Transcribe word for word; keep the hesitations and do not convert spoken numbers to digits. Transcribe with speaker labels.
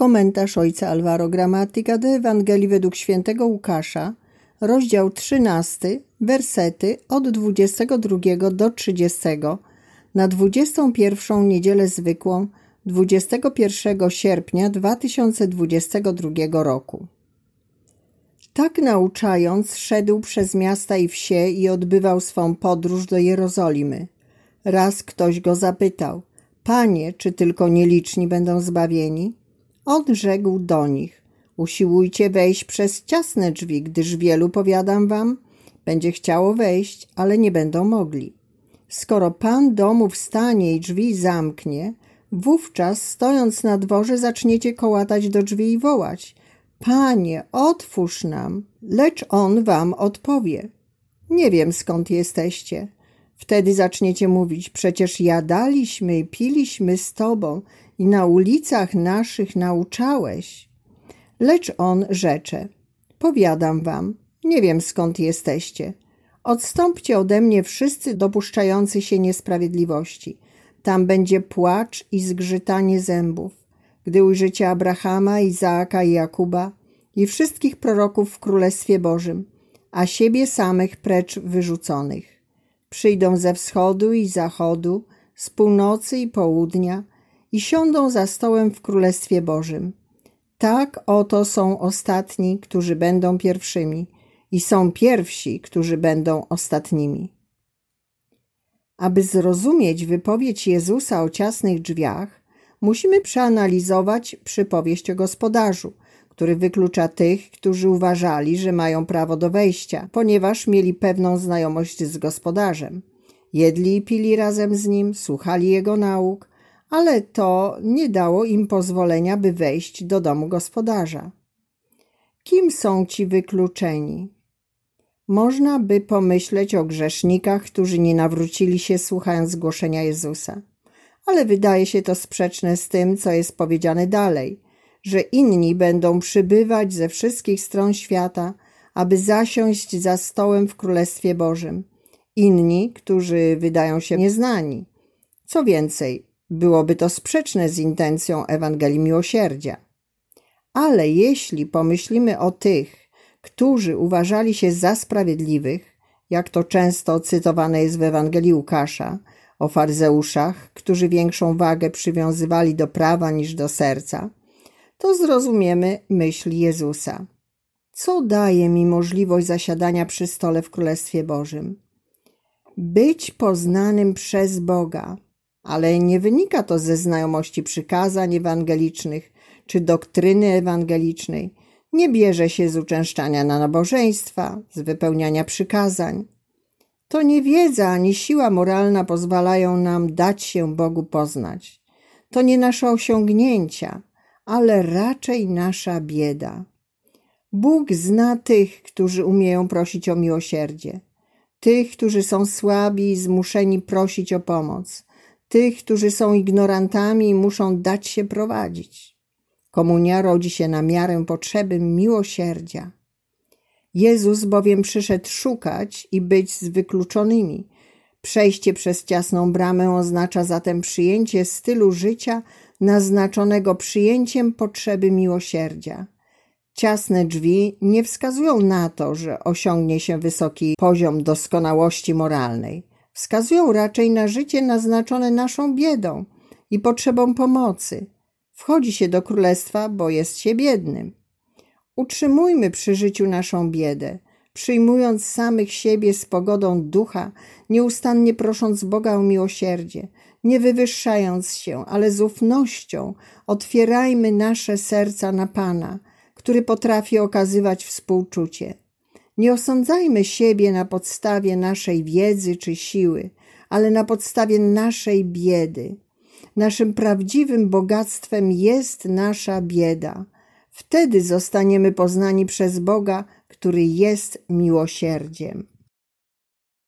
Speaker 1: Komentarz ojca Alvaro Gramatyka do Ewangelii według świętego Łukasza, rozdział trzynasty, wersety od dwudziestego drugiego do trzydziestego, na dwudziestą pierwszą niedzielę zwykłą, dwudziestego pierwszego sierpnia dwa tysiące dwudziestego drugiego roku. Tak nauczając, szedł przez miasta i wsie i odbywał swą podróż do Jerozolimy. Raz ktoś go zapytał: Panie, czy tylko nieliczni będą zbawieni? On rzekł do nich: usiłujcie wejść przez ciasne drzwi, gdyż wielu, powiadam wam, będzie chciało wejść, ale nie będą mogli. Skoro pan domu wstanie i drzwi zamknie, wówczas stojąc na dworze zaczniecie kołatać do drzwi i wołać: Panie, otwórz nam! Lecz on wam odpowie: nie wiem, skąd jesteście. Wtedy zaczniecie mówić: przecież jadaliśmy i piliśmy z tobą i na ulicach naszych nauczałeś. Lecz on rzecze: powiadam wam, nie wiem, skąd jesteście. Odstąpcie ode mnie wszyscy dopuszczający się niesprawiedliwości. Tam będzie płacz i zgrzytanie zębów, gdy ujrzycie Abrahama, Izaaka i Jakuba i wszystkich proroków w Królestwie Bożym, a siebie samych precz wyrzuconych. Przyjdą ze wschodu i zachodu, z północy i południa i siądą za stołem w Królestwie Bożym. Tak oto są ostatni, którzy będą pierwszymi, i są pierwsi, którzy będą ostatnimi. Aby zrozumieć wypowiedź Jezusa o ciasnych drzwiach, musimy przeanalizować przypowieść o gospodarzu, który wyklucza tych, którzy uważali, że mają prawo do wejścia, ponieważ mieli pewną znajomość z gospodarzem. Jedli i pili razem z nim, słuchali jego nauk, ale to nie dało im pozwolenia, by wejść do domu gospodarza. Kim są ci wykluczeni? Można by pomyśleć o grzesznikach, którzy nie nawrócili się, słuchając głoszenia Jezusa. Ale wydaje się to sprzeczne z tym, co jest powiedziane dalej, że inni będą przybywać ze wszystkich stron świata, aby zasiąść za stołem w Królestwie Bożym. Inni, którzy wydają się nieznani. Co więcej, byłoby to sprzeczne z intencją Ewangelii Miłosierdzia. Ale jeśli pomyślimy o tych, którzy uważali się za sprawiedliwych, jak to często cytowane jest w Ewangelii Łukasza, o faryzeuszach, którzy większą wagę przywiązywali do prawa niż do serca, to zrozumiemy myśl Jezusa. Co daje mi możliwość zasiadania przy stole w Królestwie Bożym? Być poznanym przez Boga, ale nie wynika to ze znajomości przykazań ewangelicznych czy doktryny ewangelicznej. Nie bierze się z uczęszczania na nabożeństwa, z wypełniania przykazań. To nie wiedza ani siła moralna pozwalają nam dać się Bogu poznać. To nie nasze osiągnięcia, ale raczej nasza bieda. Bóg zna tych, którzy umieją prosić o miłosierdzie, tych, którzy są słabi i zmuszeni prosić o pomoc, tych, którzy są ignorantami i muszą dać się prowadzić. Komunia rodzi się na miarę potrzeby miłosierdzia. Jezus bowiem przyszedł szukać i być z wykluczonymi. Przejście przez ciasną bramę oznacza zatem przyjęcie stylu życia naznaczonego przyjęciem potrzeby miłosierdzia. Ciasne drzwi nie wskazują na to, że osiągnie się wysoki poziom doskonałości moralnej. Wskazują raczej na życie naznaczone naszą biedą i potrzebą pomocy. Wchodzi się do królestwa, bo jest się biednym. Utrzymujmy przy życiu naszą biedę, przyjmując samych siebie z pogodą ducha, nieustannie prosząc Boga o miłosierdzie, nie wywyższając się, ale z ufnością otwierajmy nasze serca na Pana, który potrafi okazywać współczucie. Nie osądzajmy siebie na podstawie naszej wiedzy czy siły, ale na podstawie naszej biedy. Naszym prawdziwym bogactwem jest nasza bieda. Wtedy zostaniemy poznani przez Boga, który jest miłosierdziem.